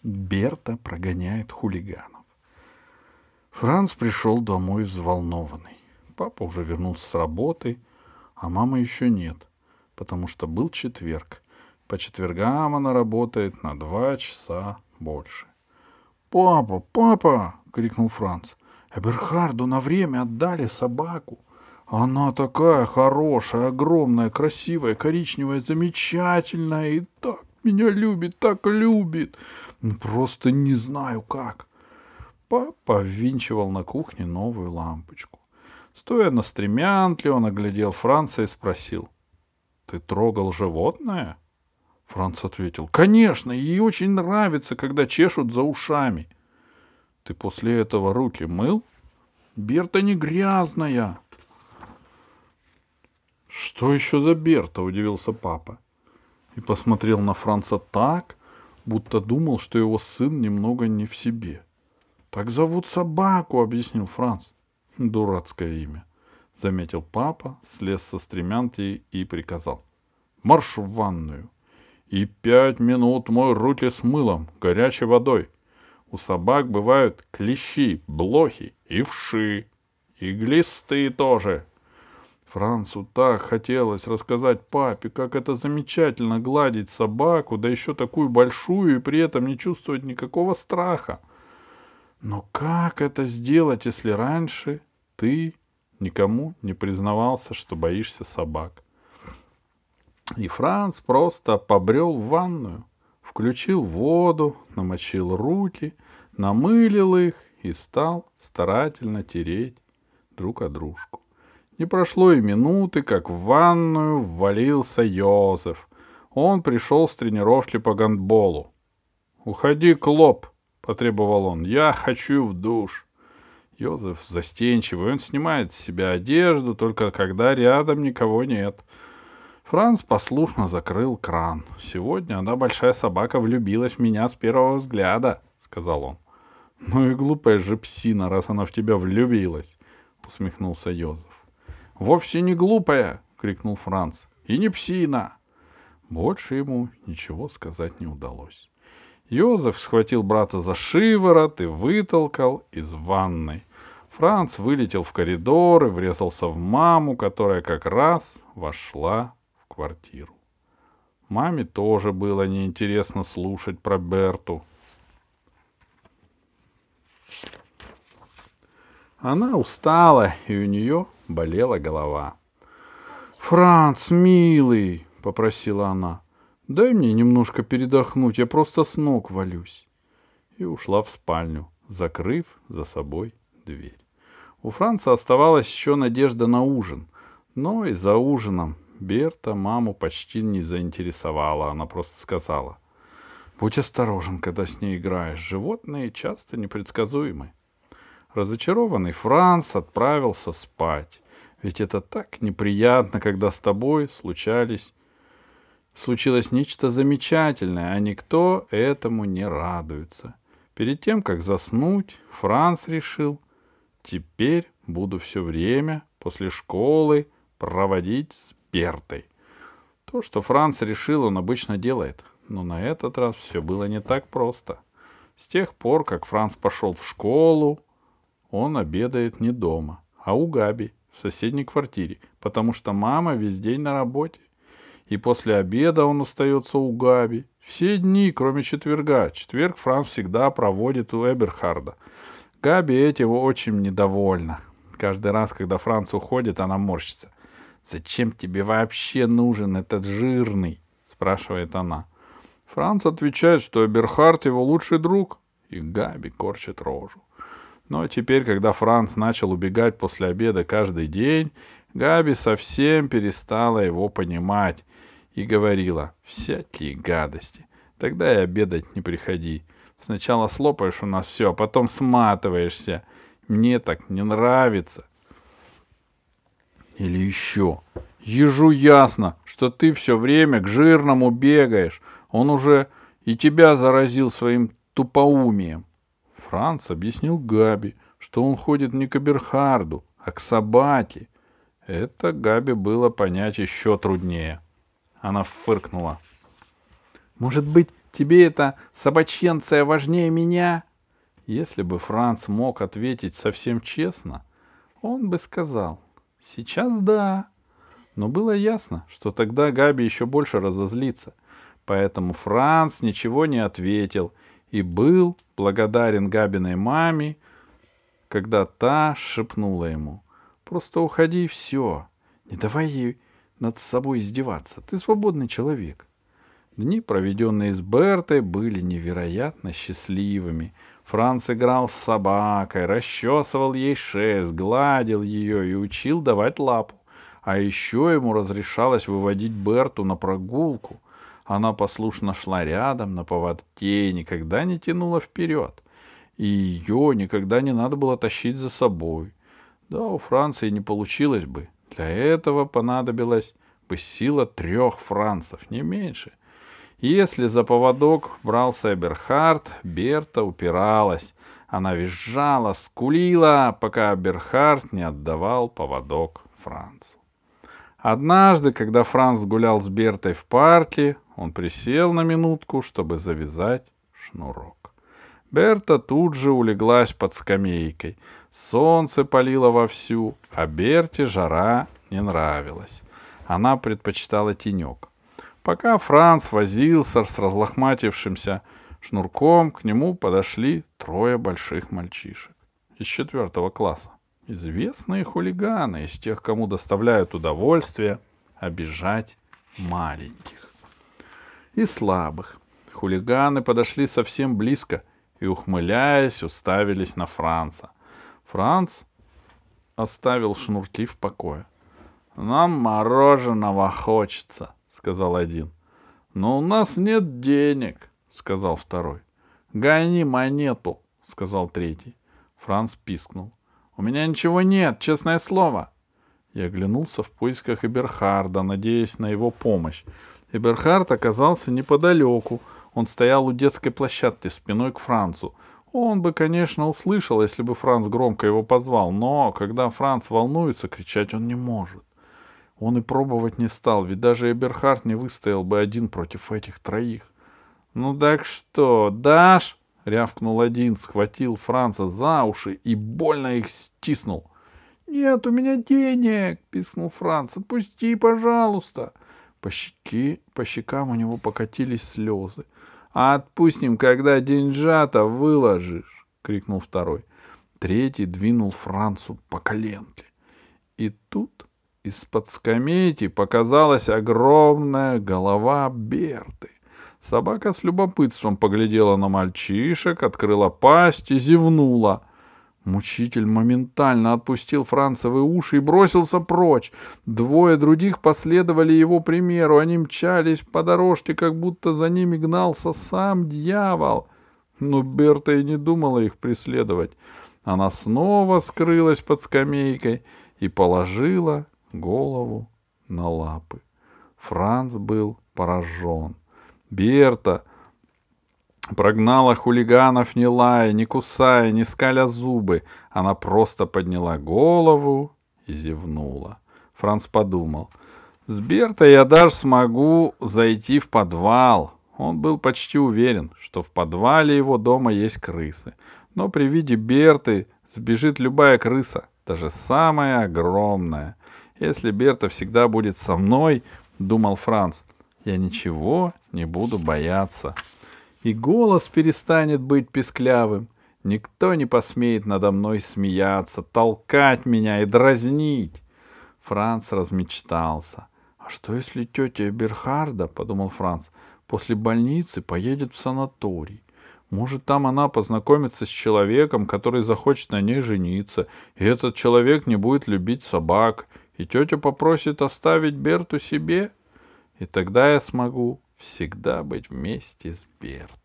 Берта прогоняет хулиганов. Франц пришел домой взволнованный. Папа уже вернулся с работы, а мамы еще нет, потому что был четверг. По четвергам она работает на 2 часа больше. «Папа, папа!» — крикнул Франц. «Эберхарду на время отдали собаку. Она такая хорошая, огромная, красивая, коричневая, замечательная и так меня любит, так любит. Просто не знаю как». Папа ввинчивал на кухне новую лампочку. Стоя на стремянке, он оглядел Франца и спросил: «Ты трогал животное?» Франц ответил: «Конечно, ей очень нравится, когда чешут за ушами». «Ты после этого руки мыл?» «Берта не грязная». «Что еще за Берта?» — удивился папа. И посмотрел на Франца так, будто думал, что его сын немного не в себе. «Так зовут собаку», — объяснил Франц. «Дурацкое имя», — заметил папа, слез со стремянки и приказал: «Марш в ванную. И 5 минут мой руки с мылом, горячей водой. У собак бывают клещи, блохи и вши, и глисты тоже». Францу так хотелось рассказать папе, как это замечательно гладить собаку, да еще такую большую, и при этом не чувствовать никакого страха. Но как это сделать, если раньше ты никому не признавался, что боишься собак? И Франц просто побрел в ванную, включил воду, намочил руки, намылил их и стал старательно тереть друг о дружку. Не прошло и минуты, как в ванную ввалился Йозеф. Он пришел с тренировки по гандболу. «Уходи, Клоп!» — потребовал он. «Я хочу в душ». Йозеф застенчивый, он снимает с себя одежду, только когда рядом никого нет. Франц послушно закрыл кран. «Сегодня одна большая собака влюбилась в меня с первого взгляда», — сказал он. «Ну и глупая же псина, раз она в тебя влюбилась», — усмехнулся Йозеф. «Вовсе не глупая!» — крикнул Франц. «И не псина!» Больше ему ничего сказать не удалось. Йозеф схватил брата за шиворот и вытолкал из ванной. Франц вылетел в коридор и врезался в маму, которая как раз вошла в квартиру. Маме тоже было неинтересно слушать про Берту. Она устала, и у нее болела голова. «Франц, милый!» — попросила она. «Дай мне немножко передохнуть, я просто с ног валюсь». И ушла в спальню, закрыв за собой дверь. У Франца оставалась еще надежда на ужин. Но и за ужином Берта маму почти не заинтересовала. Она просто сказала: «Будь осторожен, когда с ней играешь. Животные часто непредсказуемы». Разочарованный Франц отправился спать. Ведь это так неприятно, когда с тобой случилось нечто замечательное, а никто этому не радуется. Перед тем, как заснуть, Франц решил: теперь буду все время после школы проводить с Бертой. То, что Франц решил, он обычно делает, но на этот раз все было не так просто. С тех пор, как Франц пошел в школу, он обедает не дома, а у Габи в соседней квартире, потому что мама весь день на работе. И после обеда он остается у Габи. Все дни, кроме четверга. Четверг Франц всегда проводит у Эберхарда. Габи этим очень недовольна. Каждый раз, когда Франц уходит, она морщится. «Зачем тебе вообще нужен этот жирный?» — спрашивает она. Франц отвечает, что Эберхард его лучший друг, и Габи корчит рожу. Но теперь, когда Франц начал убегать после обеда каждый день, Габи совсем перестала его понимать и говорила: «Всякие гадости. Тогда и обедать не приходи. Сначала слопаешь у нас все, а потом сматываешься. Мне так не нравится». Или еще: «Ежу ясно, что ты все время к жирному бегаешь. Он уже и тебя заразил своим тупоумием». Франц объяснил Габи, что он ходит не к Эберхарду, а к собаке. Это Габи было понять еще труднее. Она фыркнула. «Может быть, Тебе эта собаченция важнее меня? Если бы Франц мог ответить совсем честно, он бы сказал: сейчас да. Но было ясно, что тогда Габи еще больше разозлится. Поэтому Франц ничего не ответил и был благодарен Габиной маме, когда та шепнула ему: «Просто уходи и все. Не давай ей над собой издеваться. Ты свободный человек». Дни, проведенные с Бертой, были невероятно счастливыми. Франц играл с собакой, расчесывал ей шерсть, гладил ее и учил давать лапу. А еще ему разрешалось выводить Берту на прогулку. Она послушно шла рядом на поводке и никогда не тянула вперед. И ее никогда не надо было тащить за собой. Да, у Франца и не получилось бы. Для этого понадобилась бы сила 3 францев, не меньше. Если за поводок брался Эберхард, Берта упиралась. Она визжала, скулила, пока Эберхард не отдавал поводок Францу. Однажды, когда Франц гулял с Бертой в парке, он присел на минутку, чтобы завязать шнурок. Берта тут же улеглась под скамейкой. Солнце палило вовсю, а Берте жара не нравилась. Она предпочитала тенек. Пока Франц возился с разлохматившимся шнурком, к нему подошли 3 больших мальчишек из 4 класса. Известные хулиганы, из тех, кому доставляют удовольствие обижать маленьких и слабых. Хулиганы подошли совсем близко и, ухмыляясь, уставились на Франца. Франц оставил шнурки в покое. «Нам мороженого хочется», — сказал один. «Но у нас нет денег», — сказал второй. «Гони монету», — сказал третий. Франц пискнул. «У меня ничего нет, честное слово». Я оглянулся в поисках Эберхарда, надеясь на его помощь. Эберхард оказался неподалеку. Он стоял у детской площадки спиной к Францу. Он бы, конечно, услышал, если бы Франц громко его позвал, но когда Франц волнуется, кричать он не может. Он и пробовать не стал, ведь даже Эберхард не выстоял бы один против этих 3. «Ну так что, дашь?» — рявкнул один, схватил Франца за уши и больно их стиснул. «Нет у меня денег!» — пискнул Франц. «Отпусти, пожалуйста!» По щекам у него покатились слезы. «Отпустим, когда деньжата выложишь!» — крикнул второй. Третий двинул Францу по коленке. И тут из-под скамейки показалась огромная голова Берты. Собака с любопытством поглядела на мальчишек, открыла пасть и зевнула. Мучитель моментально отпустил Францевы уши и бросился прочь. 2 других последовали его примеру. Они мчались по дорожке, как будто за ними гнался сам дьявол. Но Берта и не думала их преследовать. Она снова скрылась под скамейкой и положила голову на лапы. Франц был поражен. Берта прогнала хулиганов, не лая, не кусая, не скаля зубы. Она просто подняла голову и зевнула. Франц подумал: с Бертой я даже смогу зайти в подвал. Он был почти уверен, что в подвале его дома есть крысы. Но при виде Берты сбежит любая крыса, даже самая огромная. Если Берта всегда будет со мной, думал Франц, я ничего не буду бояться. И голос перестанет быть писклявым. Никто не посмеет надо мной смеяться, толкать меня и дразнить. Франц размечтался. А что если тетя Эберхарда, подумал Франц, после больницы поедет в санаторий? Может, там она познакомится с человеком, который захочет на ней жениться, и этот человек не будет любить собак, и тетя попросит оставить Берту себе? И тогда я смогу всегда быть вместе с Бертой.